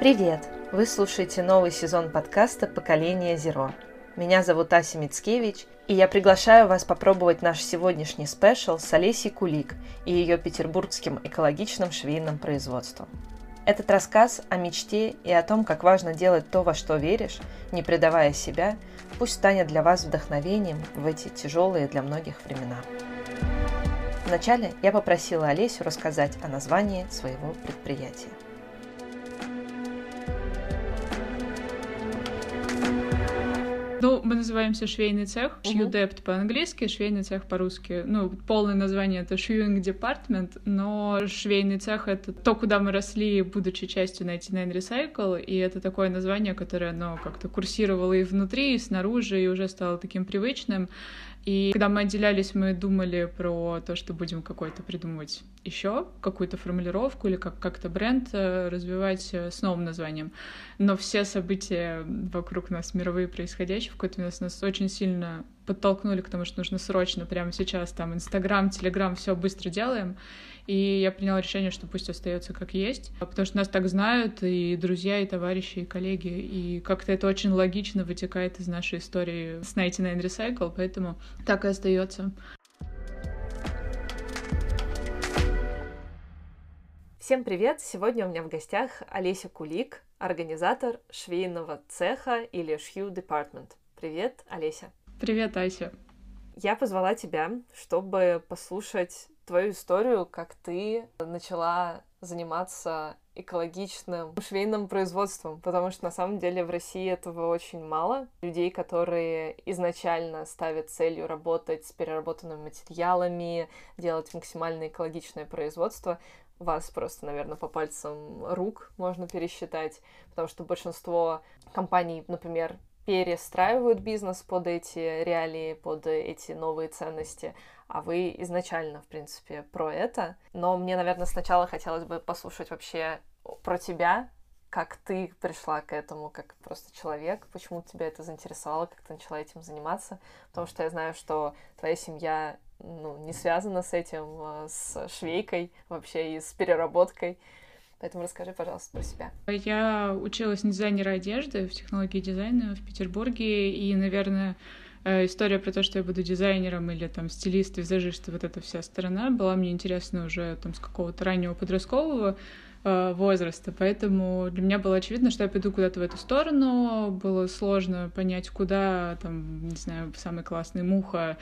Привет! Вы слушаете новый сезон подкаста «Поколение Зеро». Меня зовут Ася Мицкевич, и я приглашаю вас попробовать наш сегодняшний спешл с Олесей Кулик и ее петербургским экологичным швейным производством. Этот рассказ о мечте и о том, как важно делать то, во что веришь, не предавая себя, пусть станет для вас вдохновением в эти тяжелые для многих времена. Вначале я попросила Олесю рассказать о названии своего предприятия. Мы называемся швейный цех, Shoe Depot по-английски, швейный цех по-русски. Полное название — это Shoeing Department, но швейный цех — это то, куда мы росли, будучи частью 99 Recycle, и это такое название, которое, оно как-то курсировало и внутри, и снаружи, и уже стало таким привычным. И когда мы отделялись, мы думали про то, что будем какой-то придумывать еще какую-то формулировку или как-то бренд развивать с новым названием. Но все события вокруг нас, мировые происходящие, в какой-то момент нас очень сильно подтолкнули к тому, что нужно срочно, прямо сейчас, там, Инстаграм, Телеграм, все быстро делаем. И я приняла решение, что пусть остается как есть, потому что нас так знают и друзья, и товарищи, и коллеги, и как-то это очень логично вытекает из нашей истории с 99 Recycle, поэтому так и остается. Всем привет! Сегодня у меня в гостях Олеся Кулик, организатор швейного цеха или Shoe Department. Привет, Олеся! Привет, Ася! Я позвала тебя, чтобы послушать твою историю, как ты начала заниматься экологичным швейным производством, потому что на самом деле в России этого очень мало. Людей, которые изначально ставят целью работать с переработанными материалами, делать максимально экологичное производство, вас просто, наверное, по пальцам рук можно пересчитать, потому что большинство компаний, например, перестраивают бизнес под эти реалии, под эти новые ценности, а вы изначально, в принципе, про это. Но мне, наверное, сначала хотелось бы послушать вообще про тебя, как ты пришла к этому, как просто человек, почему тебя это заинтересовало, как ты начала этим заниматься, потому что я знаю, что твоя семья не связана с этим, с швейкой вообще и с переработкой. Поэтому расскажи, пожалуйста, про себя. Я училась на дизайнера одежды в технологии дизайна в Петербурге, и, наверное, история про то, что я буду дизайнером или там стилист, визажист, вот эта вся сторона была мне интересна уже там с какого-то раннего подросткового возраста, поэтому для меня было очевидно, что я пойду куда-то в эту сторону. Было сложно понять, куда, там, не знаю, самый классный Муха,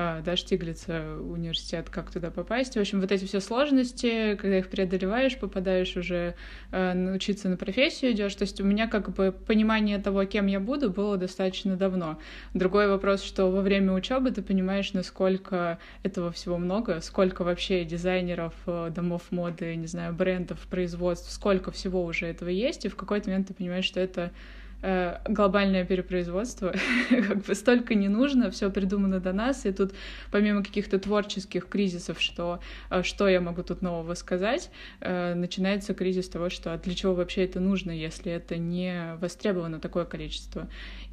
Штиглица, университет, как туда попасть. В общем, вот эти все сложности, когда их преодолеваешь, попадаешь уже учиться на профессию идешь. То есть у меня как бы понимание того, кем я буду, было достаточно давно. Другой вопрос, что во время учебы ты понимаешь, насколько этого всего много, сколько вообще дизайнеров, домов моды, не знаю, брендов, производств, сколько всего уже этого есть, и в какой-то момент ты понимаешь, что это глобальное перепроизводство, как бы столько не нужно, все придумано до нас, и тут помимо каких-то творческих кризисов, что я могу тут нового сказать, начинается кризис того, что для чего вообще это нужно, если это не востребовано такое количество.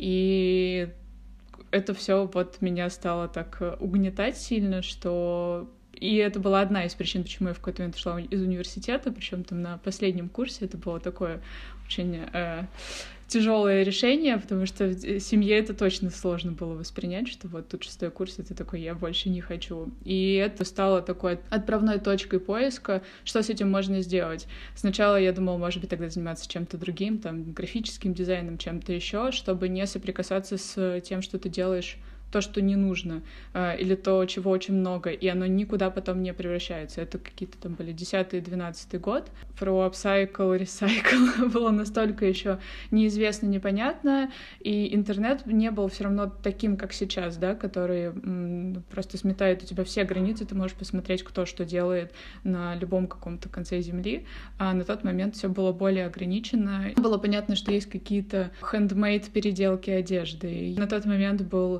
И это все вот меня стало так угнетать сильно, что... И это была одна из причин, почему я в какой-то момент ушла из университета, причем там на последнем курсе. Это было такое очень тяжелое решение, потому что в семье это точно сложно было воспринять, что вот тут 6-й курс, это такой, я больше не хочу. И это стало такой отправной точкой поиска, что с этим можно сделать. Сначала я думала, может быть, тогда заниматься чем-то другим, там, графическим дизайном, чем-то еще, чтобы не соприкасаться с тем, что ты делаешь то, что не нужно, или то, чего очень много, и оно никуда потом не превращается. Это какие-то там были 10-12 год. Про upcycle, recycle было настолько еще неизвестно, непонятно, и интернет не был все равно таким, как сейчас, да, который просто сметает у тебя все границы, ты можешь посмотреть, кто что делает на любом каком-то конце земли, а на тот момент все было более ограничено. Было понятно, что есть какие-то handmade переделки одежды. И на тот момент был second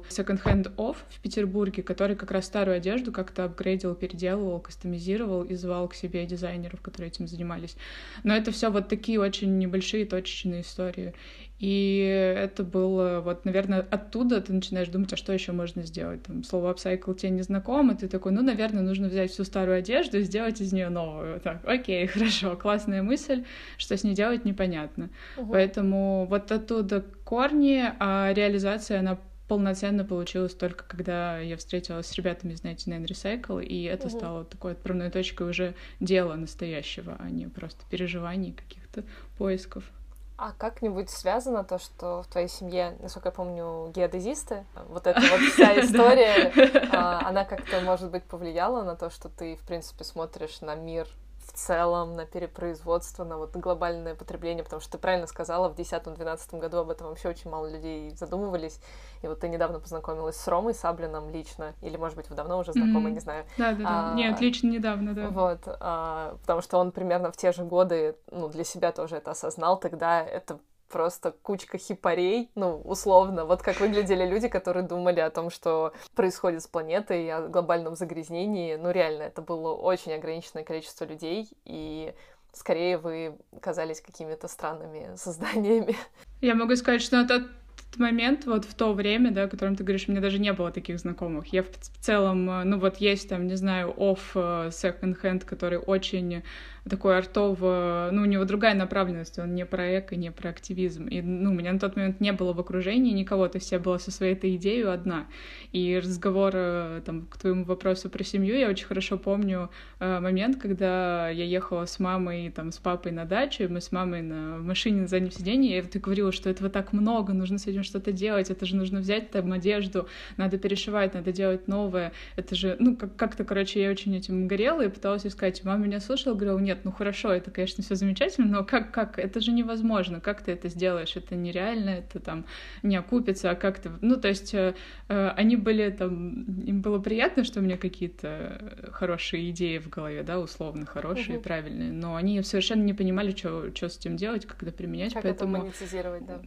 Hand-Off в Петербурге, который как раз старую одежду как-то апгрейдил, переделывал, кастомизировал и звал к себе дизайнеров, которые этим занимались. Но это все вот такие очень небольшие точечные истории. И это было, вот, наверное, оттуда ты начинаешь думать, а что еще можно сделать. Там слово upcycle тебе не знакомо, ты такой, ну, наверное, нужно взять всю старую одежду и сделать из нее новую. Так, окей, хорошо, классная мысль, что с ней делать непонятно. Поэтому вот оттуда корни, а реализация, она полноценно получилась только когда я встретилась с ребятами из 99 Recycle, и это стало такой отправной точкой уже дела настоящего, а не просто переживаний, каких-то поисков. А как-нибудь связано то, что в твоей семье, насколько я помню, геодезисты? Вот эта вот вся история, она как-то, может быть, повлияла на то, что ты, в принципе, смотришь на мир в целом, на перепроизводство, на вот глобальное потребление, потому что ты правильно сказала, в 2010-2012 году об этом вообще очень мало людей задумывались, и вот ты недавно познакомилась с Ромой Саблиным лично, или, может быть, вы давно уже знакомы, не знаю. Да. Нет, лично недавно, да. Вот, потому что он примерно в те же годы, ну, для себя тоже это осознал, тогда это просто кучка хипарей, ну, условно, вот как выглядели люди, которые думали о том, что происходит с планетой, о глобальном загрязнении. Ну, реально, это было очень ограниченное количество людей, и скорее вы казались какими-то странными созданиями. Я могу сказать, что на тот момент, вот в то время, да, о котором ты говоришь, у меня даже не было таких знакомых. Я в целом, ну вот есть там, не знаю, second-hand, который очень такой артово, ну, у него другая направленность, он не про эко, не про активизм. И, ну, у меня на тот момент не было в окружении никого, то есть я была со своей этой идеей одна. И разговор, там, к твоему вопросу про семью, я очень хорошо помню момент, когда я ехала с мамой, там, с папой на дачу, и мы с мамой на машине на заднем сиденье, и я говорила, что этого так много, нужно с этим что-то делать, это же нужно взять там одежду, надо перешивать, надо делать новое, это же, ну, как-то, короче, я очень этим горела и пыталась искать. Мама меня слушала, говорила, нет, ну хорошо, это, конечно, все замечательно, но как, это же невозможно, как ты это сделаешь, это нереально, это там не окупится, а как ты, ну, то есть они были там, им было приятно, что у меня какие-то хорошие идеи в голове, да, условно хорошие, правильные, но они совершенно не понимали, что с этим делать, как это применять, как поэтому... это монетизировать, да.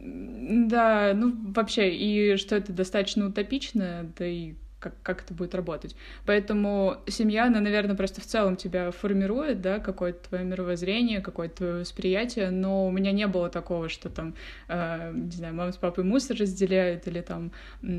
Да, ну, вообще, и что это достаточно утопично, да и как это будет работать. Поэтому семья, она, наверное, просто в целом тебя формирует, да, какое-то твое мировоззрение, какое-то твое восприятие, но у меня не было такого, что там, не знаю, мама с папой мусор разделяют, или там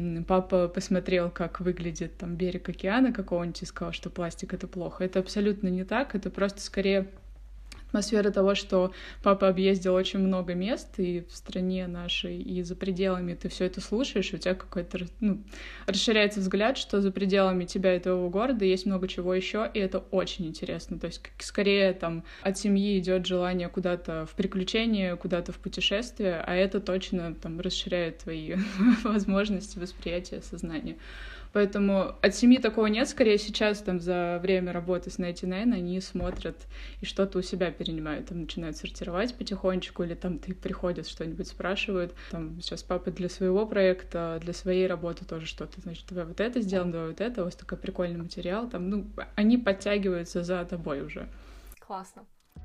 папа посмотрел, как выглядит там берег океана какого-нибудь и сказал, что пластик — это плохо. Это абсолютно не так, это просто скорее атмосфера того, что папа объездил очень много мест и в стране нашей, и за пределами ты все это слушаешь, и у тебя какой-то, ну, расширяется взгляд, что за пределами тебя и твоего города есть много чего еще, и это очень интересно. То есть скорее там от семьи идет желание куда-то в приключения, куда-то в путешествие, а это точно там расширяет твои возможности восприятия, сознания. Поэтому от семьи такого нет. Скорее сейчас, там, за время работы с 99 они смотрят и что-то у себя перенимают. Там начинают сортировать потихонечку, или там приходят, что-нибудь спрашивают. Там сейчас папа для своего проекта, для своей работы тоже что-то. Значит, давай вот это сделаем, давай вот это. У вас такой прикольный материал. Там, ну, они подтягиваются за тобой уже. Классно.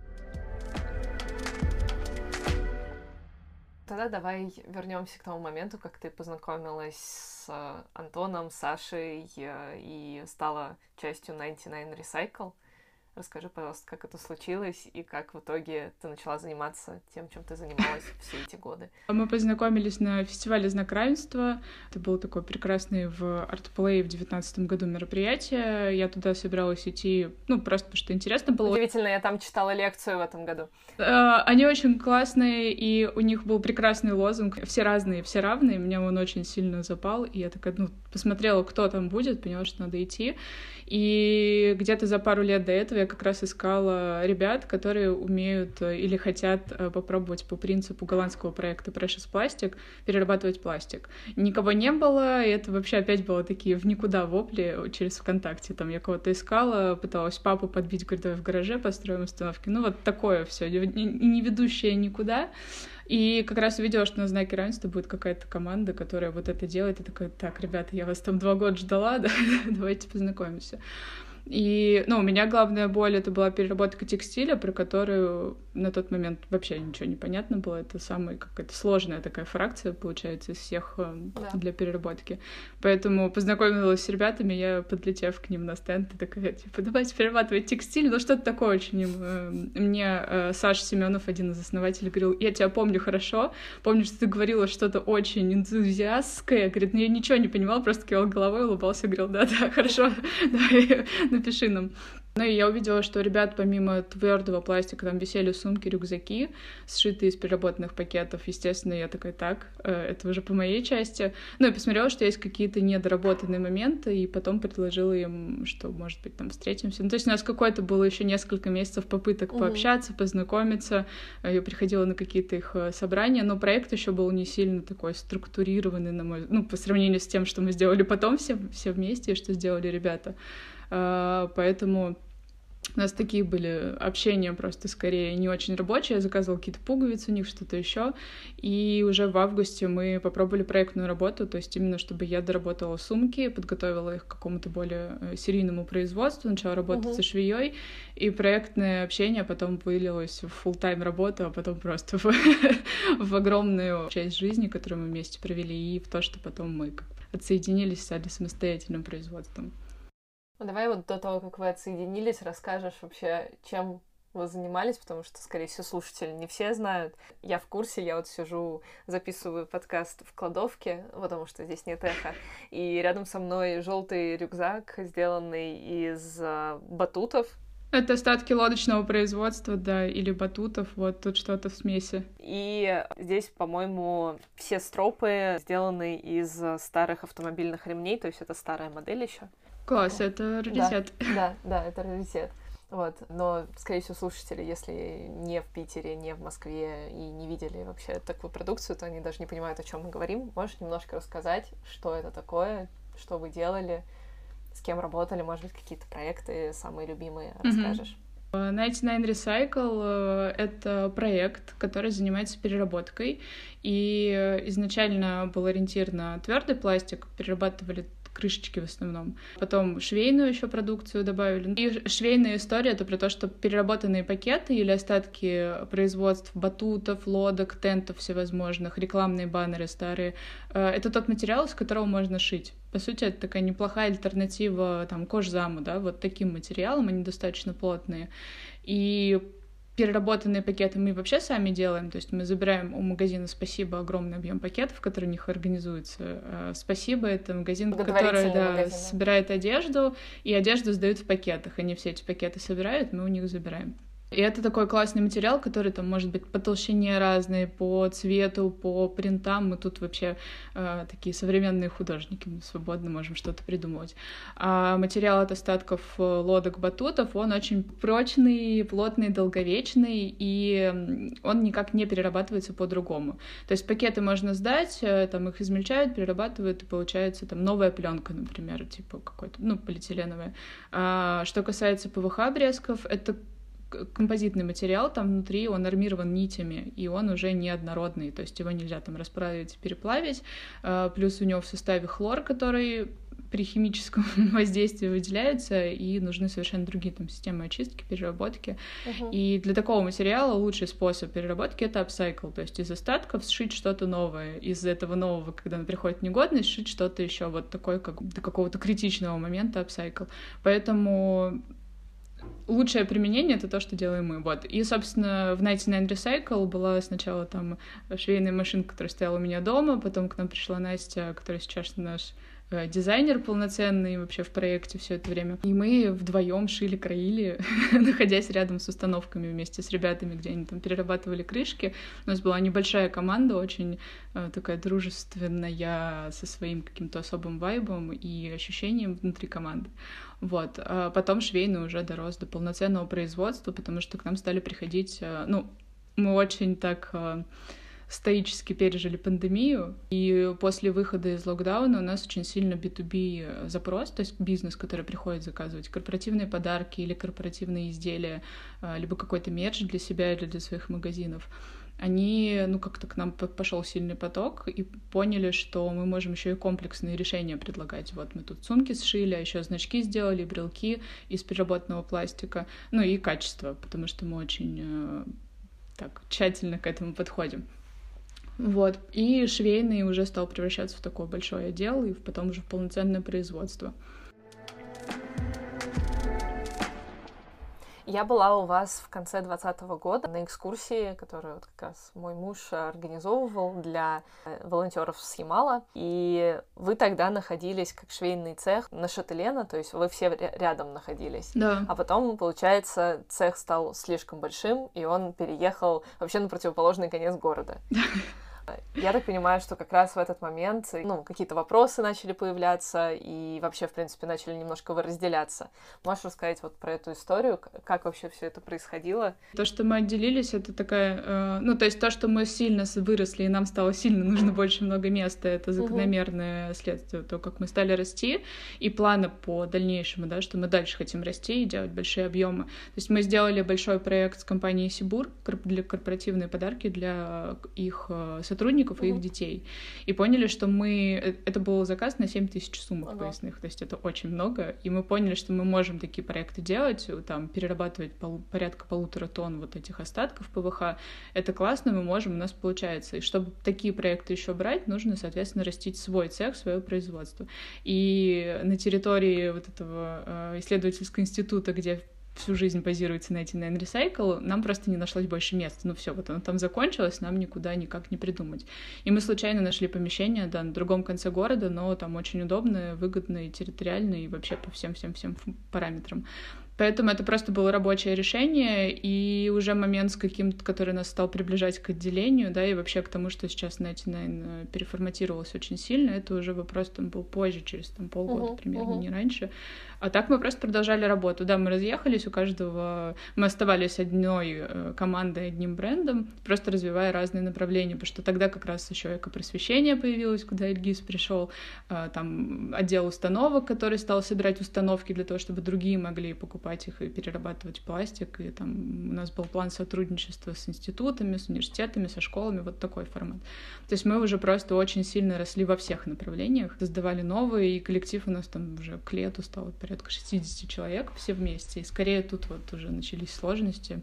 Тогда давай вернемся к тому моменту, как ты познакомилась с Антоном, Сашей и стала частью 99 Recycle. Расскажи, пожалуйста, как это случилось и как в итоге ты начала заниматься тем, чем ты занималась все эти годы. Мы познакомились на фестивале «Знак равенства». Это был такой прекрасный в ArtPlay в 2019 году мероприятие. Я туда собиралась идти, ну, просто потому что интересно было. Удивительно, я там читала лекцию в этом году. Они очень классные, и у них был прекрасный лозунг «Все разные, все равные». Мне он очень сильно запал, и я такая, ну, посмотрела, кто там будет, поняла, что надо идти. И где-то за пару лет до этого я как раз искала ребят, которые умеют или хотят попробовать по принципу голландского проекта Precious Plastic перерабатывать пластик. Никого не было, и это вообще опять было такие в никуда вопли через ВКонтакте. Там я кого-то искала, пыталась папу подбить, говорит, давай в гараже построим установки. Ну вот такое все, не ведущее никуда. И как раз увидела, что на «Знаке равенства» будет какая-то команда, которая вот это делает. И такая, так, ребята, я вас там 2 года ждала, да? Давайте познакомимся. И, ну, у меня главная боль — это была переработка текстиля, про которую на тот момент вообще ничего не понятно было. Это самая какая-то сложная такая фракция, получается, из всех для переработки. Поэтому познакомилась с ребятами, я, подлетев к ним на стенд, и такая, типа, давайте перерабатывать текстиль, ну что-то такое очень. Мне Саша Семенов, один из основателей, говорил, я тебя помню хорошо, помню, что ты говорила что-то очень энтузиастское. Говорит, ну я ничего не понимала, просто кивал головой, улыбался, говорил, да, хорошо, давай, напиши нам. Ну и я увидела, что у ребят помимо твердого пластика там висели сумки, рюкзаки, сшитые из переработанных пакетов. Естественно, я такая, так, это уже по моей части. Ну и посмотрела, что есть какие-то недоработанные моменты, и потом предложила им, что, может быть, там встретимся. Ну, то есть у нас какое-то было еще несколько месяцев попыток пообщаться, познакомиться. Я приходила на какие-то их собрания, но проект еще был не сильно такой структурированный, на мой, ну, по сравнению с тем, что мы сделали потом все вместе, и что сделали ребята. Поэтому у нас такие были общения просто скорее не очень рабочие. Я заказывала какие-то пуговицы у них, что-то еще. И уже в августе мы попробовали проектную работу, то есть именно чтобы я доработала сумки, подготовила их к какому-то более серийному производству, начала работать со швеей, и проектное общение потом вылилось в фулл-тайм работу, а потом просто в огромную часть жизни, которую мы вместе провели, и в то, что потом мы отсоединились, стали самостоятельным производством. Ну, давай вот до того, как вы отсоединились, расскажешь вообще, чем вы занимались, потому что, скорее всего, слушатели не все знают. Я в курсе, я вот сижу, записываю подкаст в кладовке, потому что здесь нет эха, и рядом со мной желтый рюкзак, сделанный из батутов. Это остатки лодочного производства, да, или батутов, вот тут что-то в смеси. И здесь, по-моему, все стропы сделаны из старых автомобильных ремней, то есть это старая модель еще. Класс, это раритет. Да, это раритет. Вот. Но, скорее всего, слушатели, если не в Питере, не в Москве и не видели вообще такую продукцию, то они даже не понимают, о чем мы говорим. Можешь немножко рассказать, что это такое, что вы делали, с кем работали, может быть, какие-то проекты самые любимые расскажешь? 99 Recycle — это проект, который занимается переработкой, и изначально был ориентир на твердый пластик, перерабатывали крышечки в основном. Потом швейную еще продукцию добавили. И швейная история — это про то, что переработанные пакеты или остатки производств батутов, лодок, тентов всевозможных, рекламные баннеры старые — это тот материал, из которого можно шить. По сути, это такая неплохая альтернатива там кожзаму, да, вот таким материалам, они достаточно плотные. И переработанные пакеты мы вообще сами делаем, то есть мы забираем у магазина «Спасибо» огромный объем пакетов, которые у них организуются. «Спасибо» — это магазин, который собирает одежду, и одежду сдают в пакетах. Они все эти пакеты собирают, мы у них забираем. И это такой классный материал, который там может быть по толщине разный, по цвету, по принтам. Мы тут вообще такие современные художники, мы свободно можем что-то придумывать. А материал от остатков лодок, батутов, он очень прочный, плотный, долговечный, и он никак не перерабатывается по-другому. То есть пакеты можно сдать, там их измельчают, перерабатывают, и получается там новая пленка, например, типа какой-то, ну, полиэтиленовая. А что касается ПВХ-обрезков, это композитный материал, там внутри он армирован нитями, и он уже неоднородный, то есть его нельзя там расплавить, переплавить, плюс у него в составе хлор, который при химическом воздействии выделяется, и нужны совершенно другие там системы очистки, переработки. И для такого материала лучший способ переработки — это апсайкл, то есть из остатков сшить что-то новое, из этого нового, когда он приходит в негодность, сшить что-то еще вот такое, как до какого-то критичного момента апсайкл. Поэтому лучшее применение — это то, что делаем мы. Вот. И, собственно, в 99 Recycle была сначала там швейная машинка, которая стояла у меня дома, потом к нам пришла Настя, которая сейчас наш дизайнер полноценный вообще в проекте все это время. И мы вдвоем шили, краили, находясь рядом с установками вместе с ребятами, где они там перерабатывали крышки. У нас была небольшая команда, очень такая дружественная, со своим каким-то особым вайбом и ощущением внутри команды. Вот. А потом швейный уже дорос до полноценного производства, потому что к нам стали приходить... Ну, мы очень так стоически пережили пандемию, и после выхода из локдауна у нас очень сильно B2B запрос, то есть бизнес, который приходит заказывать корпоративные подарки или корпоративные изделия, либо какой-то мерч для себя или для своих магазинов. Они, ну, как-то к нам пошел сильный поток и поняли, что мы можем еще и комплексные решения предлагать. Вот мы тут сумки сшили, а еще значки сделали, брелки из переработанного пластика, ну и качество, потому что мы очень так тщательно к этому подходим. Вот. И швейный уже стал превращаться в такой большой отдел и потом уже в полноценное производство. Я была у вас в конце 2020 года на экскурсии, которую вот как раз мой муж организовывал для волонтеров с Ямала. И вы тогда находились как швейный цех на Шателена, то есть вы все рядом находились. Да. А потом, получается, цех стал слишком большим, и он переехал вообще на противоположный конец города. Я так понимаю, что как раз в этот момент, какие-то вопросы начали появляться, и вообще, в принципе, начали немножко разделяться. Можешь рассказать вот про эту историю, как вообще все это происходило? То, что мы отделились, это такая... то есть то, что мы сильно выросли, и нам стало сильно нужно больше много места, это закономерное следствие, то, как мы стали расти, и планы по дальнейшему, да, что мы дальше хотим расти и делать большие объемы. То есть мы сделали большой проект с компанией Сибур для корпоративные подарки для их сотрудников и их детей. И поняли, что это был заказ на 7 тысяч сумок поясных, то есть это очень много, и мы поняли, что мы можем такие проекты делать, там, перерабатывать порядка 1,5 тонн вот этих остатков ПВХ. Это классно, мы можем, у нас получается. И чтобы такие проекты еще брать, нужно, соответственно, растить свой цех, свое производство. И на территории вот этого исследовательского института, где всю жизнь базируется на 99 Recycle, нам просто не нашлось больше места. Ну все, вот оно там закончилось, нам никуда никак не придумать. И мы случайно нашли помещение, да, на другом конце города, но там очень удобно, выгодно и территориально, и вообще по всем параметрам. Поэтому это просто было рабочее решение, и уже момент с каким-то, который нас стал приближать к отделению, да, и вообще к тому, что сейчас 99 переформатировалось очень сильно, это уже вопрос там был позже, через там полгода примерно, не раньше. А так мы просто продолжали работу. Да, мы разъехались, у каждого... Мы оставались одной командой, одним брендом, просто развивая разные направления, потому что тогда как раз еще экопросвещение появилось, куда Ильгиз пришел, там отдел установок, который стал собирать установки для того, чтобы другие могли покупать их и перерабатывать пластик, и там у нас был план сотрудничества с институтами, с университетами, со школами, вот такой формат. То есть мы уже просто очень сильно росли во всех направлениях, создавали новые, и коллектив у нас там уже к лету стал порядка 60 человек все вместе, и скорее тут вот уже начались сложности.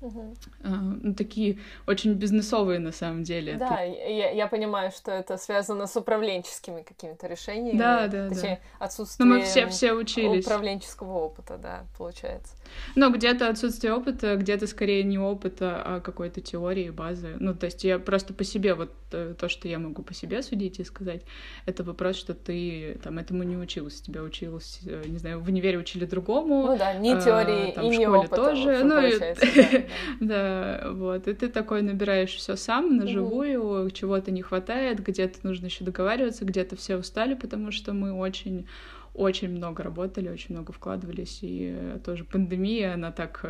Такие очень бизнесовые на самом деле. Да, я понимаю, что это связано с управленческими какими-то решениями. Да. Точнее, отсутствием мы все учились. Управленческого опыта, да, получается. Но где-то отсутствие опыта, где-то скорее не опыта, а какой-то теории, базы. То есть я просто по себе, вот то, что я могу по себе судить и сказать, это вопрос, что ты там этому не учился. Тебя училась, не знаю, в универе учили другому. Ну да, ни теории там, и в ни школе опыта. тоже. Получается, да, вот. И ты такой набираешь все сам, наживую, чего-то не хватает, где-то нужно еще договариваться, где-то все устали, потому что мы очень много работали, очень много вкладывались, и тоже пандемия, она так...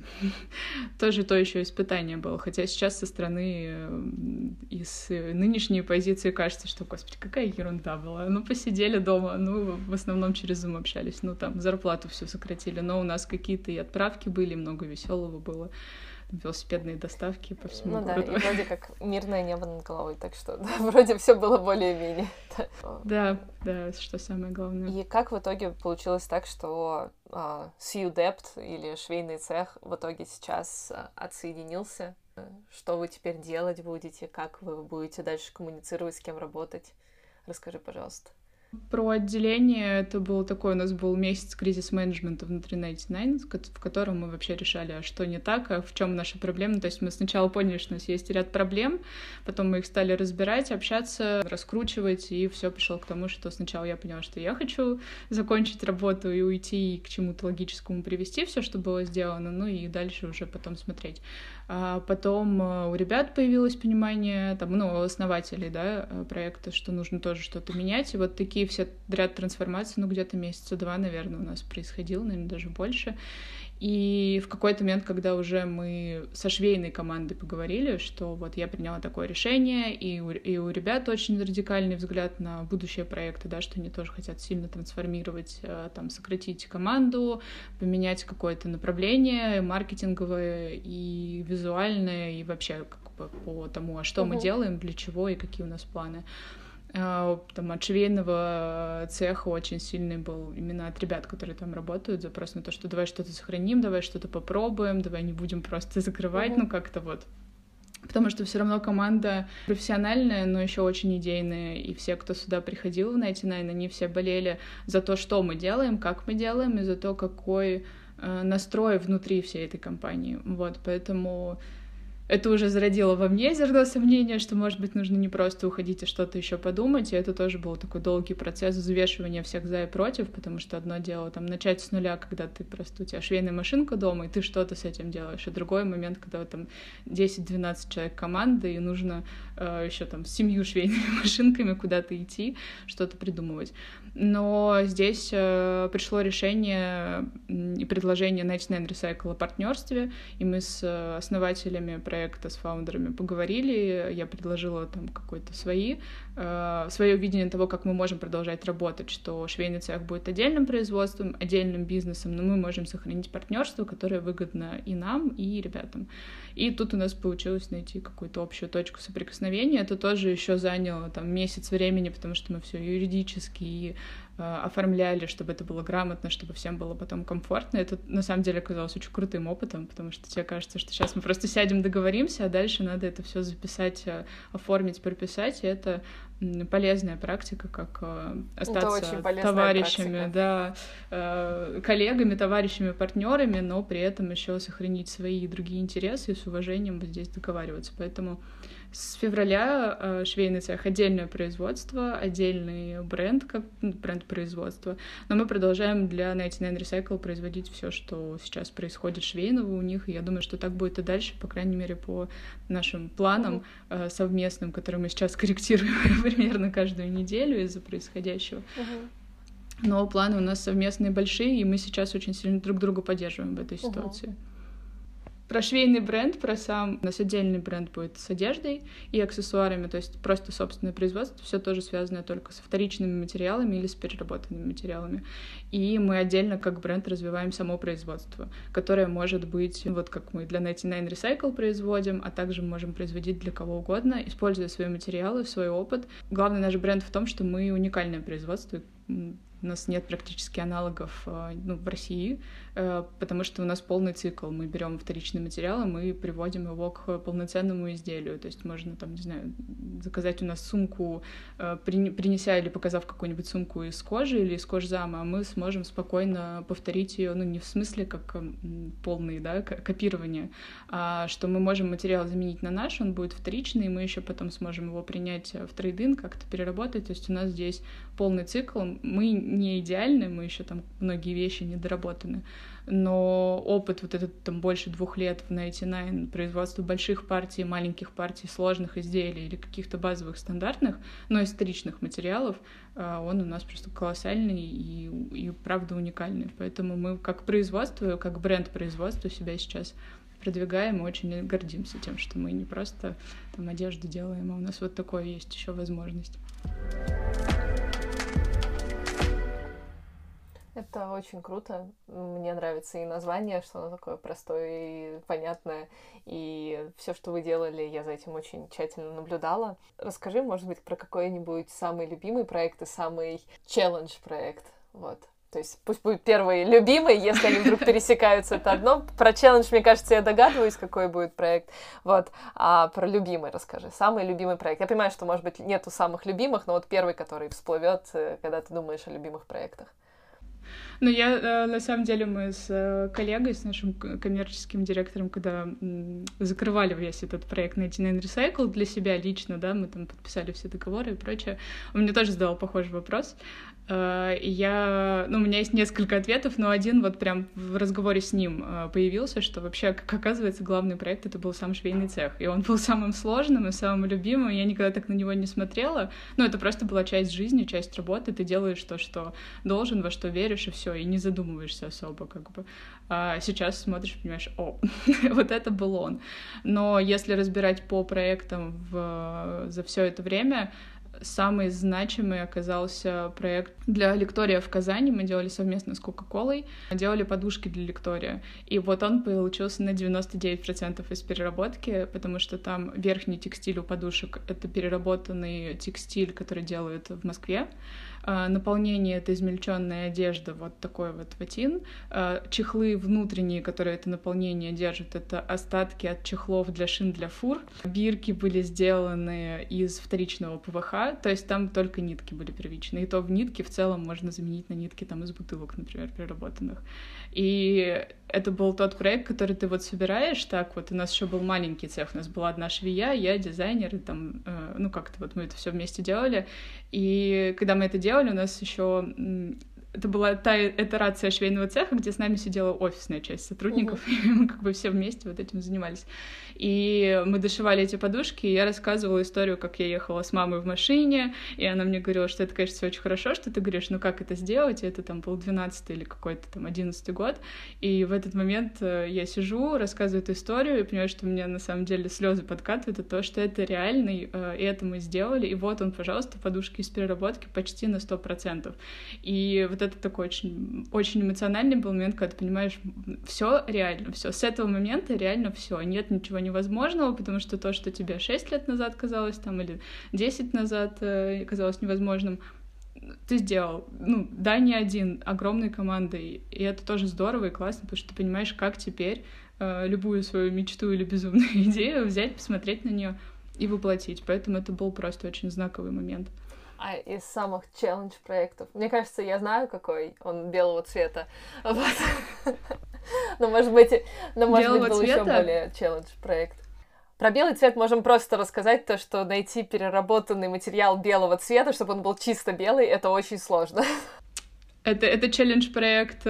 тоже то еще испытание было. Хотя сейчас со стороны из нынешней позиции кажется, что, господи, какая ерунда была. Посидели дома, в основном через Zoom общались, там зарплату всю сократили, но у нас какие-то и отправки были, много веселого было. Велосипедные доставки по всему городу. Да, и вроде как мирное небо над головой, так что вроде все было более-менее. Да, что самое главное. И как в итоге получилось так, что Сьюдепт или швейный цех в итоге сейчас отсоединился? Что вы теперь делать будете? Как вы будете дальше коммуницировать, с кем работать? Расскажи, пожалуйста. Про отделение это был такой, у нас был месяц кризис-менеджмента внутри 99, в котором мы вообще решали, а что не так, а в чем наша проблема. То есть мы сначала поняли, что у нас есть ряд проблем, потом мы их стали разбирать, общаться, раскручивать, и все пришло к тому, что сначала я поняла, что я хочу закончить работу и уйти, и к чему-то логическому привести все, что было сделано, и дальше уже потом смотреть. А потом у ребят появилось понимание, у основателей, проекта, что нужно тоже что-то менять, и вот такие все ряд трансформаций, где-то месяца 2, наверное, у нас происходило, наверное, даже больше. И в какой-то момент, когда уже мы со швейной командой поговорили, что вот я приняла такое решение, и у ребят очень радикальный взгляд на будущее проекта, что они тоже хотят сильно трансформировать, сократить команду, поменять какое-то направление маркетинговое и визуальное, и вообще по тому, а что мы делаем, для чего и какие у нас планы. От швейного цеха очень сильный был именно от ребят, которые там работают, запрос на то, что давай что-то сохраним, давай что-то попробуем, давай не будем просто закрывать, как-то вот потому что все равно команда профессиональная, но еще очень идейная, и все, кто сюда приходил в 99, они все болели за то, что мы делаем, как мы делаем, и за то, какой настрой внутри всей этой компании. Вот, поэтому это уже зародило во мне зерно сомнения, что, может быть, нужно не просто уходить, а что-то еще подумать, и это тоже был такой долгий процесс взвешивания всех за и против, потому что одно дело там начать с нуля, когда ты просто, у тебя швейная машинка дома, и ты что-то с этим делаешь, и другой момент, когда там 10-12 человек команды, и нужно еще там с 7 швейными машинками куда-то идти, что-то придумывать. Но здесь пришло решение и предложение 99 Recycle о партнерстве, и мы с основателями проекта, с фаундерами поговорили, я предложила там какое-то свое видение того, как мы можем продолжать работать, что швейный цех будет отдельным производством, отдельным бизнесом, но мы можем сохранить партнерство, которое выгодно и нам, и ребятам. И тут у нас получилось найти какую-то общую точку соприкосновения. Это тоже еще заняло там месяц времени, потому что мы все юридически оформляли, чтобы это было грамотно, чтобы всем было потом комфортно. Это на самом деле оказалось очень крутым опытом, потому что тебе кажется, что сейчас мы просто сядем, договоримся, а дальше надо это все записать, оформить, прописать, и это полезная практика, как остаться товарищами, да, коллегами, товарищами, партнерами, но при этом еще сохранить свои и другие интересы и с уважением вот здесь договариваться. Поэтому с февраля швейный цех — отдельное производство, отдельный бренд, как бренд производства, но мы продолжаем для 99 Recycle производить все, что сейчас происходит швейного у них, и я думаю, что так будет и дальше, по крайней мере, по нашим планам совместным, которые мы сейчас корректируем примерно каждую неделю из-за происходящего. Но планы у нас совместные большие, и мы сейчас очень сильно друг друга поддерживаем в этой ситуации. Про швейный бренд, у нас отдельный бренд будет с одеждой и аксессуарами, то есть просто собственное производство, все тоже связано только со вторичными материалами или с переработанными материалами. И мы отдельно как бренд развиваем само производство, которое может быть, вот как мы для 99 Recycle производим, а также можем производить для кого угодно, используя свои материалы, свой опыт. Главный наш бренд в том, что мы уникальное производство. У нас нет практически аналогов в России, потому что у нас полный цикл. Мы берем вторичный материал, и мы приводим его к полноценному изделию. То есть можно, там, не знаю, заказать у нас сумку, принеся или показав какую-нибудь сумку из кожи или из кожзама, а мы сможем спокойно повторить ее, не в смысле как полный, да, копирование, а что мы можем материал заменить на наш, он будет вторичный, и мы еще потом сможем его принять в трейд-ин, как-то переработать. То есть у нас здесь полный цикл. Мы не идеальны, мы еще там многие вещи недоработаны, но опыт вот этот там больше 2 лет в 99 производства больших партий, маленьких партий, сложных изделий или каких-то базовых стандартных, но из вторичных материалов, он у нас просто колоссальный и правда уникальный. Поэтому мы как производство, как бренд производства себя сейчас продвигаем и очень гордимся тем, что мы не просто там одежду делаем, а у нас вот такое есть еще возможность. Это очень круто. Мне нравится и название, что оно такое простое и понятное. И все, что вы делали, я за этим очень тщательно наблюдала. Расскажи, может быть, про какой-нибудь самый любимый проект и самый челлендж-проект. Вот. То есть пусть будет первый любимый, если они вдруг пересекаются, это одно. Про челлендж, мне кажется, я догадываюсь, какой будет проект. Вот. А про любимый расскажи. Самый любимый проект. Я понимаю, что, может быть, нету самых любимых, но вот первый, который всплывет, когда ты думаешь о любимых проектах. Ну, на самом деле, мы с коллегой, с нашим коммерческим директором, когда закрывали весь этот проект 99 Recycle для себя лично, да, мы там подписали все договоры и прочее, он мне тоже задал похожий вопрос. У меня есть несколько ответов, но один вот прям в разговоре с ним появился, что вообще, как оказывается, главный проект — это был сам швейный цех, и он был самым сложным и самым любимым, я никогда так на него не смотрела, но это просто была часть жизни, часть работы, ты делаешь то, что должен, во что веришь, и все, и не задумываешься особо, как бы. А сейчас смотришь, понимаешь, вот это был он. Но если разбирать по проектам за все это время, самый значимый оказался проект для лектория в Казани. Мы делали совместно с Кока-Колой, делали подушки для лектория. И вот он получился на 99% из переработки, потому что там верхний текстиль у подушек — это переработанный текстиль, который делают в Москве. наполнение — это измельченная одежда, вот такой вот ватин, чехлы внутренние, которые это наполнение держат, это остатки от чехлов для шин для фур, бирки были сделаны из вторичного ПВХ, то есть там только нитки были первичные, и то в нитки в целом можно заменить на нитки там из бутылок, например, переработанных. И это был тот проект, который ты вот собираешь так вот. У нас еще был маленький цех, у нас была одна швея, я дизайнер, и там, ну как-то вот мы это все вместе делали. И когда мы это делали, у нас еще это была та итерация швейного цеха, где с нами сидела офисная часть сотрудников, и мы как бы все вместе вот этим занимались. И мы дошивали эти подушки, и я рассказывала историю, как я ехала с мамой в машине, и она мне говорила, что это, конечно, все очень хорошо, что ты говоришь, ну как это сделать, и это там был 12-й или какой-то там 11-й год, и в этот момент я сижу, рассказываю эту историю, и понимаю, что у меня на самом деле слезы подкатывают от того, что это реально, и это мы сделали, и вот он, пожалуйста, подушки из переработки почти на 100%. И вот это такой очень, очень эмоциональный был момент, когда ты понимаешь, все реально, все. С этого момента реально все. Нет ничего невозможного, потому что то, что тебе 6 лет назад казалось там, или 10 назад казалось невозможным, ты сделал. Ну, да, не один, огромной командой. И это тоже здорово и классно, потому что ты понимаешь, как теперь любую свою мечту или безумную идею взять, посмотреть на нее и воплотить. Поэтому это был просто очень знаковый момент. А из самых челлендж-проектов? Мне кажется, я знаю, какой он белого цвета. Вот. Но, может быть, был еще более челлендж-проект. Про белый цвет можем просто рассказать то, что найти переработанный материал белого цвета, чтобы он был чисто белый, это очень сложно. Это челлендж-проект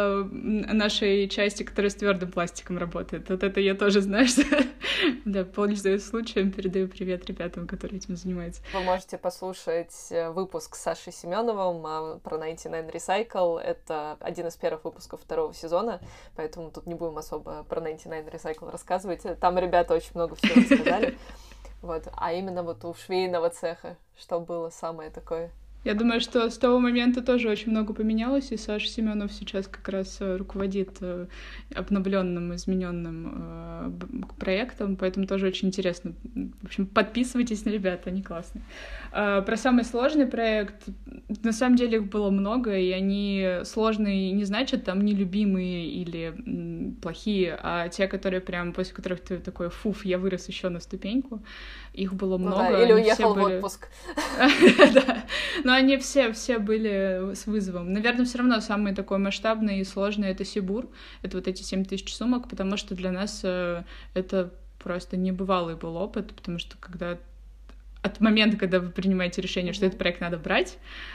нашей части, которая с твердым пластиком работает. Вот это я тоже знаю, что... Да, пользуясь случаем, передаю привет ребятам, которые этим занимаются. Вы можете послушать выпуск с Сашей Семеновым про 99 Recycle. Это один из первых выпусков 2-го сезона, поэтому тут не будем особо про 99 Recycle рассказывать. Там ребята очень много всего рассказали. Вот. А именно вот у швейного цеха, что было самое такое... Я думаю, что с того момента тоже очень много поменялось, и Саша Семенов сейчас как раз руководит обновленным, измененным проектом, поэтому тоже очень интересно. В общем, подписывайтесь на ребят, они классные. Про самый сложный проект, на самом деле их было много, и они сложные не значит там нелюбимые или плохие, а те, которые прям, после которых ты такой, фуф, я вырос еще на ступеньку. Их было много. Да, или уехал в отпуск. Да. Но они все были с вызовом. Наверное, все равно самый такой масштабный и сложный — это Сибур. Это вот эти 7000 сумок, потому что для нас это просто небывалый был опыт, потому что от момента, когда вы принимаете решение, что этот проект надо брать,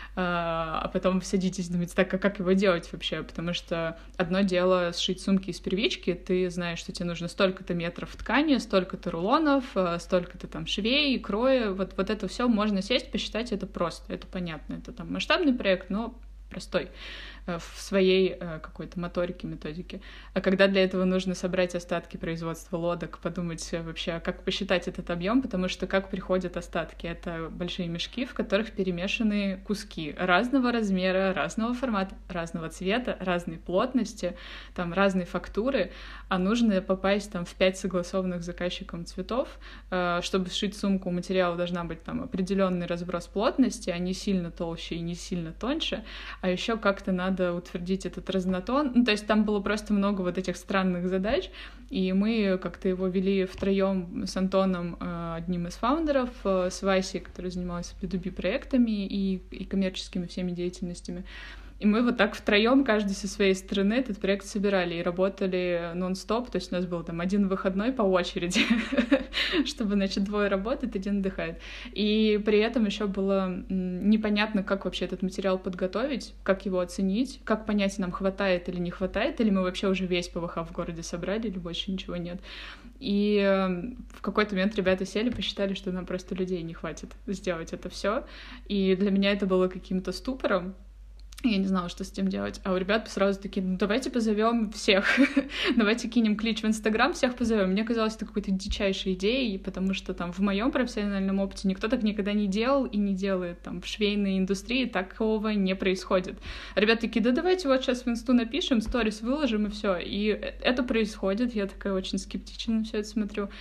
а потом садитесь и думаете, так, а как его делать вообще? Потому что одно дело сшить сумки из первички, ты знаешь, что тебе нужно столько-то метров ткани, столько-то рулонов, столько-то там швей, кроя, вот это все можно сесть, посчитать, это просто, это понятно, это там масштабный проект, но простой в своей какой-то моторике, методике. А когда для этого нужно собрать остатки производства лодок, подумать вообще, как посчитать этот объем, потому что как приходят остатки? Это большие мешки, в которых перемешаны куски разного размера, разного формата, разного цвета, разной плотности, там разные фактуры, а нужно попасть там в 5 согласованных заказчиком цветов, чтобы сшить сумку, у материала должна быть там определенный разброс плотности, а не сильно толще и не сильно тоньше, а еще как-то надо утвердить этот разнотон. Ну, то есть там было просто много вот этих странных задач, и мы как-то его вели втроем с Антоном, одним из фаундеров, с Васей, который занимался B2B проектами и коммерческими всеми деятельностями. И мы вот так втроем, каждый со своей стороны, этот проект собирали и работали нон-стоп, то есть у нас был там один выходной по очереди, чтобы, значит, 2 работают, 1 отдыхает. И при этом еще было непонятно, как вообще этот материал подготовить, как его оценить, как понять, нам хватает или не хватает, или мы вообще уже весь ПВХ в городе собрали, или больше ничего нет. И в какой-то момент ребята сели, посчитали, что нам просто людей не хватит сделать это все. И для меня это было каким-то ступором. Я не знала, что с этим делать. А у ребят сразу такие, ну давайте позовем всех. Давайте кинем клич в Инстаграм, всех позовем. Мне казалось, это какой-то дичайшей идеей, потому что там в моем профессиональном опыте никто так никогда не делал и не делает. Там в швейной индустрии такого не происходит. А ребята такие, да давайте вот сейчас в Инсту напишем, сторис выложим и все. И это происходит. Я такая очень скептично на все это смотрю.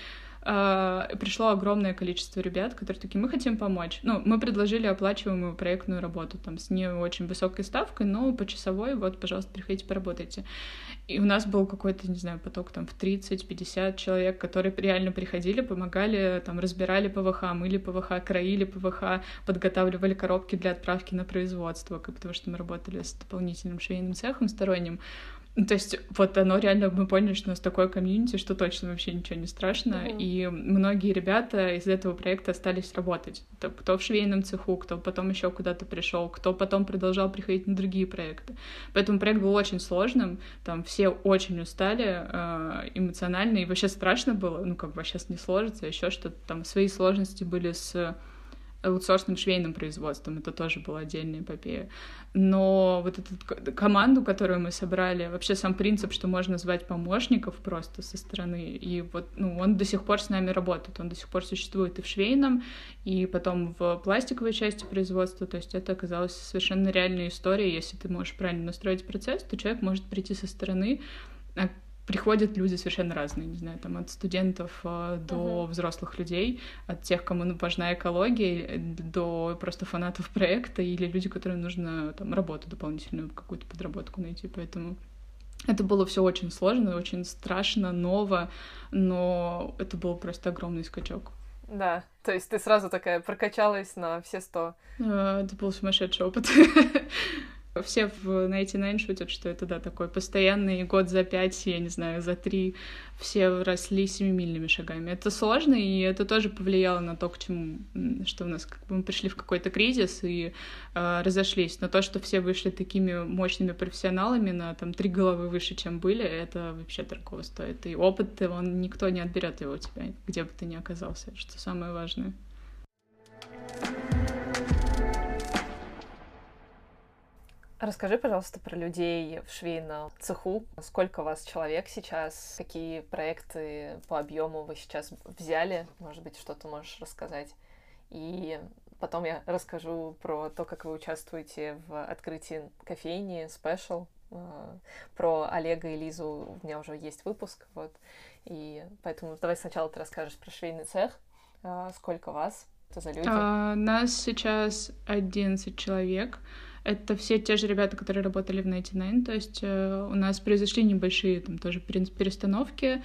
пришло огромное количество ребят, которые такие, мы хотим помочь. Ну, мы предложили оплачиваемую проектную работу, там, с не очень высокой ставкой, но почасовой, вот, пожалуйста, приходите, поработайте. И у нас был какой-то, не знаю, поток там в 30-50 человек, которые реально приходили, помогали, там, разбирали ПВХ, мыли ПВХ, краили ПВХ, подготавливали коробки для отправки на производство, потому что мы работали с дополнительным швейным цехом сторонним. То есть вот оно реально, мы поняли, что у нас такое комьюнити, что точно вообще ничего не страшно, и многие ребята из этого проекта остались работать. Кто в швейном цеху, кто потом еще куда-то пришел, кто потом продолжал приходить на другие проекты. Поэтому проект был очень сложным, там все очень устали эмоционально, и вообще страшно было, ну как бы сейчас не сложится, еще что-то там свои сложности были с аутсорсным швейным производством, это тоже была отдельная эпопея. Но вот эту команду, которую мы собрали, вообще сам принцип, что можно звать помощников просто со стороны, и вот, ну, он до сих пор с нами работает, он до сих пор существует и в швейном, и потом в пластиковой части производства, то есть это оказалась совершенно реальная история, если ты можешь правильно настроить процесс, то человек может прийти со стороны, приходят люди совершенно разные, не знаю, там от студентов до взрослых людей, от тех, кому важна экология, до просто фанатов проекта или люди, которым нужно там работу дополнительную, какую-то подработку найти, поэтому это было все очень сложно, очень страшно, ново, но это был просто огромный скачок. Да, то есть ты сразу такая прокачалась на все 100. Это был сумасшедший опыт. Все в 99 шутят, что это, да, такой постоянный год за 5, я не знаю, за 3, все росли семимильными шагами. Это сложно, и это тоже повлияло на то, к чему, что у нас как бы мы пришли в какой-то кризис и разошлись. Но то, что все вышли такими мощными профессионалами на там 3 головы выше, чем были, это вообще дорого стоит. И опыт, он никто не отберет его у тебя, где бы ты ни оказался, что самое важное. Расскажи, пожалуйста, про людей в швейном цеху. Сколько у вас человек сейчас? Какие проекты по объему вы сейчас взяли? Может быть, что-то можешь рассказать? И потом я расскажу про то, как вы участвуете в открытии кофейни Special. Про Олега и Лизу у меня уже есть выпуск. Вот. И поэтому давай сначала ты расскажешь про швейный цех. Сколько вас? Это за люди? Нас сейчас 11 человек. Это все те же ребята, которые работали в 99, то есть у нас произошли небольшие там тоже перестановки,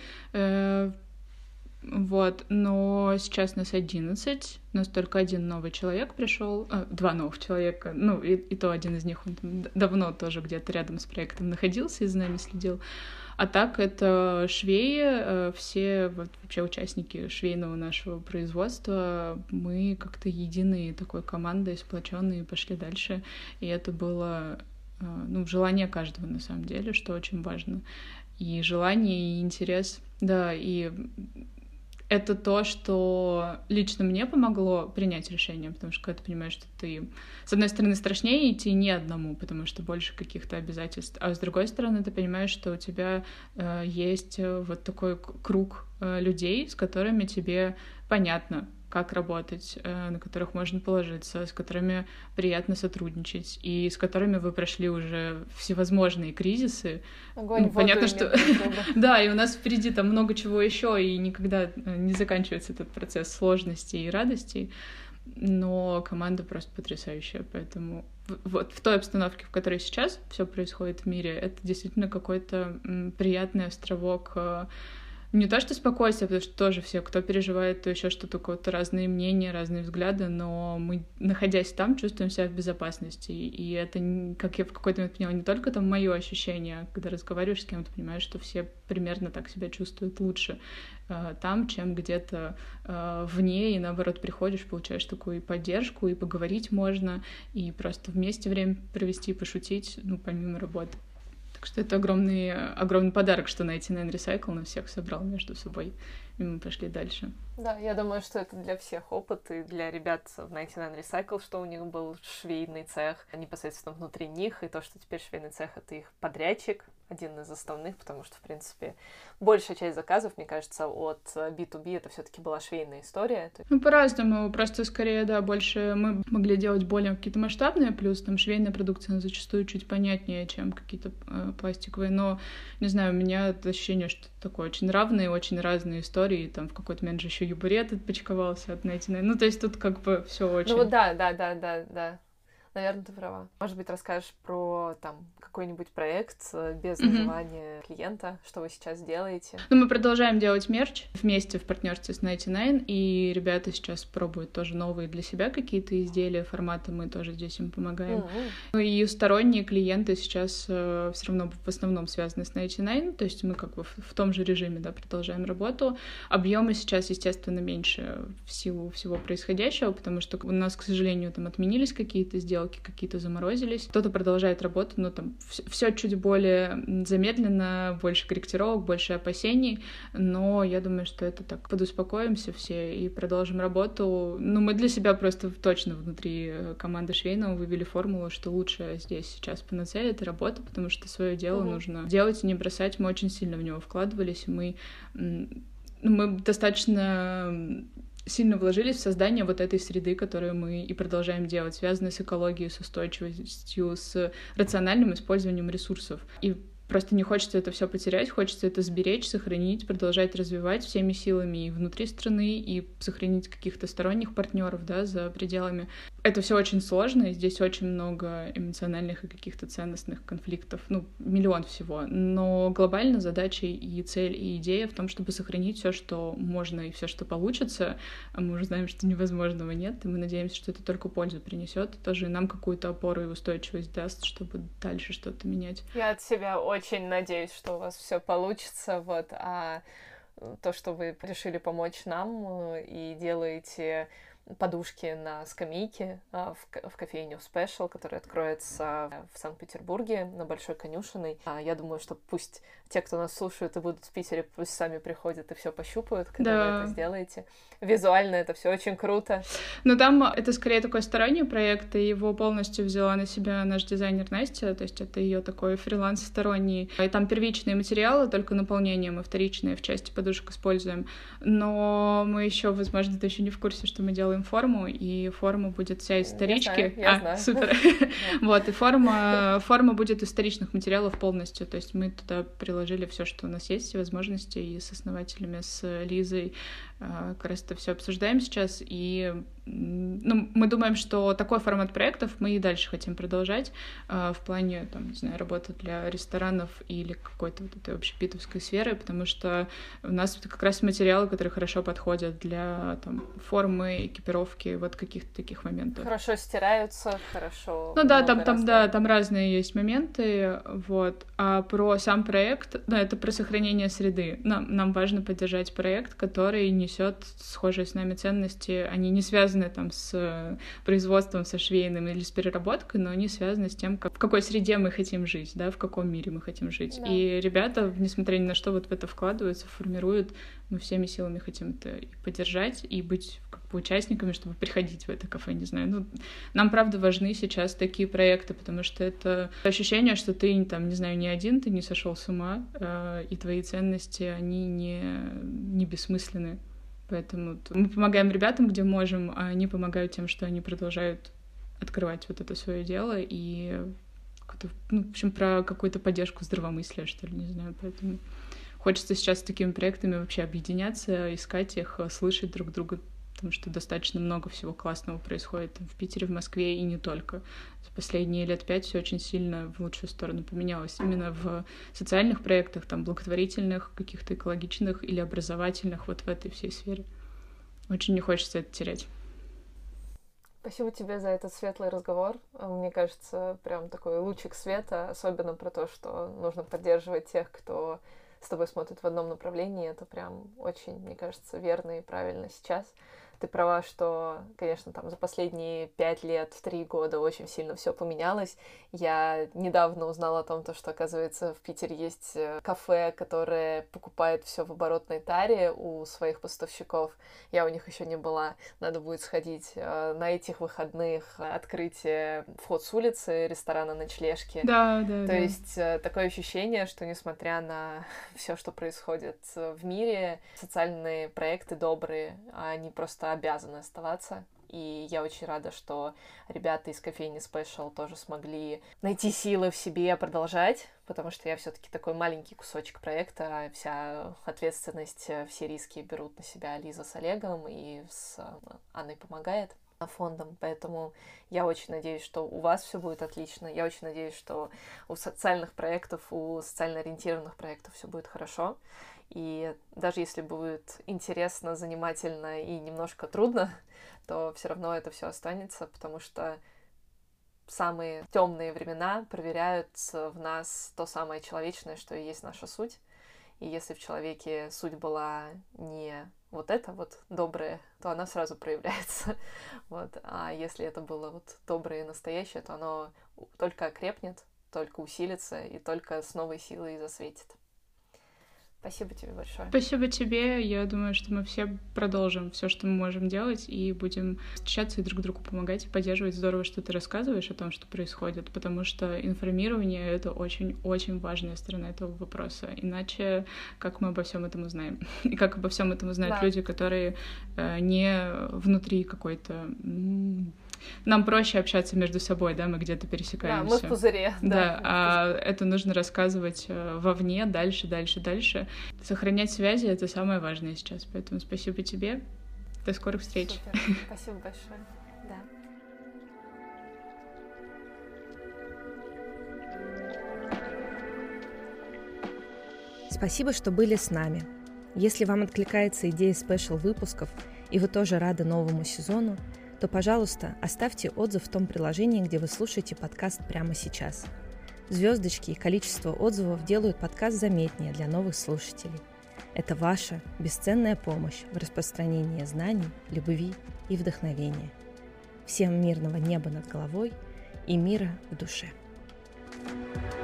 вот, но сейчас нас 11, у нас только один новый человек пришел, 2 новых человека, ну, и то один из них, он там давно тоже где-то рядом с проектом находился и за нами следил. А так это швеи, все вот, вообще участники швейного нашего производства. Мы как-то единой такой командой, сплоченные, пошли дальше. И это было ну, желание каждого на самом деле, что очень важно. И желание, и интерес. Да, и это то, что лично мне помогло принять решение, потому что когда ты понимаешь, что ты, с одной стороны, страшнее идти не одному, потому что больше каких-то обязательств, а с другой стороны, ты понимаешь, что у тебя есть вот такой круг людей, с которыми тебе понятно, как работать, на которых можно положиться, с которыми приятно сотрудничать, и с которыми вы прошли уже всевозможные кризисы. Огонь, ну, понятно, воду, что да, и у нас впереди там много чего еще, и никогда не заканчивается этот процесс сложностей и радостей, но команда просто потрясающая, поэтому вот в той обстановке, в которой сейчас все происходит в мире, это действительно какой-то приятный островок. Не то, что спокойствие, потому что тоже все, кто переживает, то еще что-то, у кого-то разные мнения, разные взгляды, но мы, находясь там, чувствуем себя в безопасности. И это, как я в какой-то момент поняла, не только там мое ощущение, когда разговариваешь с кем-то, понимаешь, что все примерно так себя чувствуют лучше там, чем где-то вне, и наоборот приходишь, получаешь такую поддержку, и поговорить можно, и просто вместе время провести, пошутить, ну, помимо работы. Так что это огромный подарок, что 99 Recycle на всех собрал между собой, и мы пошли дальше. Да, я думаю, что это для всех опыт, и для ребят в 99 Recycle, что у них был швейный цех непосредственно внутри них, и то, что теперь швейный цех — это их подрядчик, один из основных, потому что, в принципе, большая часть заказов, мне кажется, от B2B это все-таки была швейная история. Ну, по-разному, просто скорее, да, больше мы могли делать более какие-то масштабные, плюс там швейная продукция она зачастую чуть понятнее, чем какие-то пластиковые, но, не знаю, у меня ощущение, что это такое очень равные, очень разные истории, там в какой-то момент же еще юбурет отпочковался от Найтина, ну, то есть тут как бы все очень... Ну, да. Наверное, ты права. Может быть, расскажешь про там какой-нибудь проект без называния клиента, что вы сейчас делаете? Ну, мы продолжаем делать мерч вместе в партнерстве с 99, и ребята сейчас пробуют тоже новые для себя какие-то изделия, форматы, мы тоже здесь им помогаем. Ну, и сторонние клиенты сейчас все равно в основном связаны с 99, то есть мы как бы в том же режиме, да, продолжаем работу. Объемы сейчас, естественно, меньше в силу всего происходящего, потому что у нас, к сожалению, там отменились какие-то сделки, какие-то заморозились. Кто-то продолжает работу, но там все чуть более замедленно, больше корректировок, больше опасений, но я думаю, что это так, подуспокоимся все и продолжим работу. Ну, мы для себя просто точно внутри команды швейного вывели формулу, что лучше здесь сейчас панацея — это работа, потому что свое дело нужно делать и не бросать. Мы очень сильно в него вкладывались, и мы достаточно сильно вложились в создание вот этой среды, которую мы и продолжаем делать, связанной с экологией, с устойчивостью, с рациональным использованием ресурсов. И просто не хочется это все потерять, хочется это сберечь, сохранить, продолжать развивать всеми силами и внутри страны, и сохранить каких-то сторонних партнеров, да, за пределами. Это все очень сложно, и здесь очень много эмоциональных и каких-то ценностных конфликтов, ну, миллион всего. Но глобально задача и цель, и идея в том, чтобы сохранить все, что можно, и все, что получится. А мы уже знаем, что невозможного нет, и мы надеемся, что это только пользу принесет, и тоже нам какую-то опору и устойчивость даст, чтобы дальше что-то менять. Я от себя очень надеюсь, что у вас все получится, вот, а то, что вы решили помочь нам и делаете подушки на скамейке в кофейню Special, которая откроется в Санкт-Петербурге на Большой Конюшиной. Я думаю, что пусть те, кто нас слушают и будут в Питере, пусть сами приходят и все пощупают, когда вы это сделаете. Визуально это все очень круто. Но там это скорее такой сторонний проект, и его полностью взяла на себя наш дизайнер Настя, то есть это ее такой фриланс сторонний. И там первичные материалы, только наполнение мы вторичные в части подушек используем. Но мы еще, возможно, ты еще не в курсе, что мы делаем форму, и форма будет вся из вторички. Я знаю. Супер. Вот, и форма будет из вторичных материалов полностью, то есть мы туда приложили все, что у нас есть, все возможности, и с основателями, с Лизой как раз это все обсуждаем сейчас, и мы думаем, что такой формат проектов мы и дальше хотим продолжать в плане, там, не знаю, работы для ресторанов или какой-то вот этой общепитовской сферы, потому что у нас это как раз материалы, которые хорошо подходят для там, формы, экипировки, вот каких-то таких моментов. Хорошо стираются, хорошо... Ну да, там разные есть моменты, вот. А про сам проект, это про сохранение среды. Нам важно поддержать проект, который несет схожие с нами ценности, они не связаны там с производством, со швейным или с переработкой, но они связаны с тем, в какой среде мы хотим жить, да, в каком мире мы хотим жить. Да. И ребята, несмотря ни на что, вот в это вкладываются, формируют. Мы всеми силами хотим это и поддержать, и быть как бы участниками, чтобы приходить в это кафе, не знаю. Нам, правда, важны сейчас такие проекты, потому что это ощущение, что ты, там, не знаю, не один, ты не сошел с ума, и твои ценности, они не бессмысленны. Поэтому мы помогаем ребятам, где можем, а они помогают тем, что они продолжают открывать вот это свое дело и, в общем, про какую-то поддержку здравомыслия, что ли, не знаю. Поэтому хочется сейчас с такими проектами вообще объединяться, искать их, слышать друг друга, потому что достаточно много всего классного происходит в Питере, в Москве и не только. За последние лет 5 все очень сильно в лучшую сторону поменялось. Именно в социальных проектах, там, благотворительных, каких-то экологичных или образовательных, вот в этой всей сфере. Очень не хочется это терять. Спасибо тебе за этот светлый разговор. Мне кажется, прям такой лучик света, особенно про то, что нужно поддерживать тех, кто с тобой смотрит в одном направлении. Это прям очень, мне кажется, верно и правильно сейчас. Ты права, что, конечно, там за последние 5 лет, 3 года очень сильно все поменялось. Я недавно узнала о том, что, оказывается, в Питере есть кафе, которое покупает все в оборотной таре у своих поставщиков. Я у них еще не была. Надо будет сходить. На этих выходных открытие вход с улицы ресторана «Ночлежки». Да. То есть такое ощущение, что несмотря на все, что происходит в мире, социальные проекты добрые, они просто обязаны оставаться. И я очень рада, что ребята из кофейни Special тоже смогли найти силы в себе продолжать, потому что я все-таки такой маленький кусочек проекта, а вся ответственность, все риски берут на себя Лиза с Олегом, и с Анной помогает фондом, поэтому я очень надеюсь, что у вас все будет отлично, я очень надеюсь, что у социальных проектов, у социально ориентированных проектов все будет хорошо, и даже если будет интересно, занимательно и немножко трудно, то все равно это все останется, потому что самые темные времена проверяют в нас то самое человечное, что и есть наша суть. И если в человеке суть была не вот это вот доброе, то она сразу проявляется. Вот. А если это было вот доброе и настоящее, то оно только окрепнет, только усилится и только с новой силой засветит. Спасибо тебе большое. Спасибо тебе. Я думаю, что мы все продолжим все, что мы можем делать, и будем встречаться и друг другу помогать и поддерживать. Здорово, что ты рассказываешь о том, что происходит, потому что информирование — это очень-очень важная сторона этого вопроса. Иначе как мы обо всем этом узнаем? И как обо всем этом узнают люди, которые не внутри какой-то... Нам проще общаться между собой, да, мы где-то пересекаемся. Да, мы в пузыре. Да, а это нужно рассказывать вовне, дальше. Сохранять связи — это самое важное сейчас, поэтому спасибо тебе. До скорых встреч. Супер. Спасибо большое. Да. Спасибо, что были с нами. Если вам откликается идея спешл-выпусков, и вы тоже рады новому сезону, то, пожалуйста, оставьте отзыв в том приложении, где вы слушаете подкаст прямо сейчас. Звездочки и количество отзывов делают подкаст заметнее для новых слушателей. Это ваша бесценная помощь в распространении знаний, любви и вдохновения. Всем мирного неба над головой и мира в душе.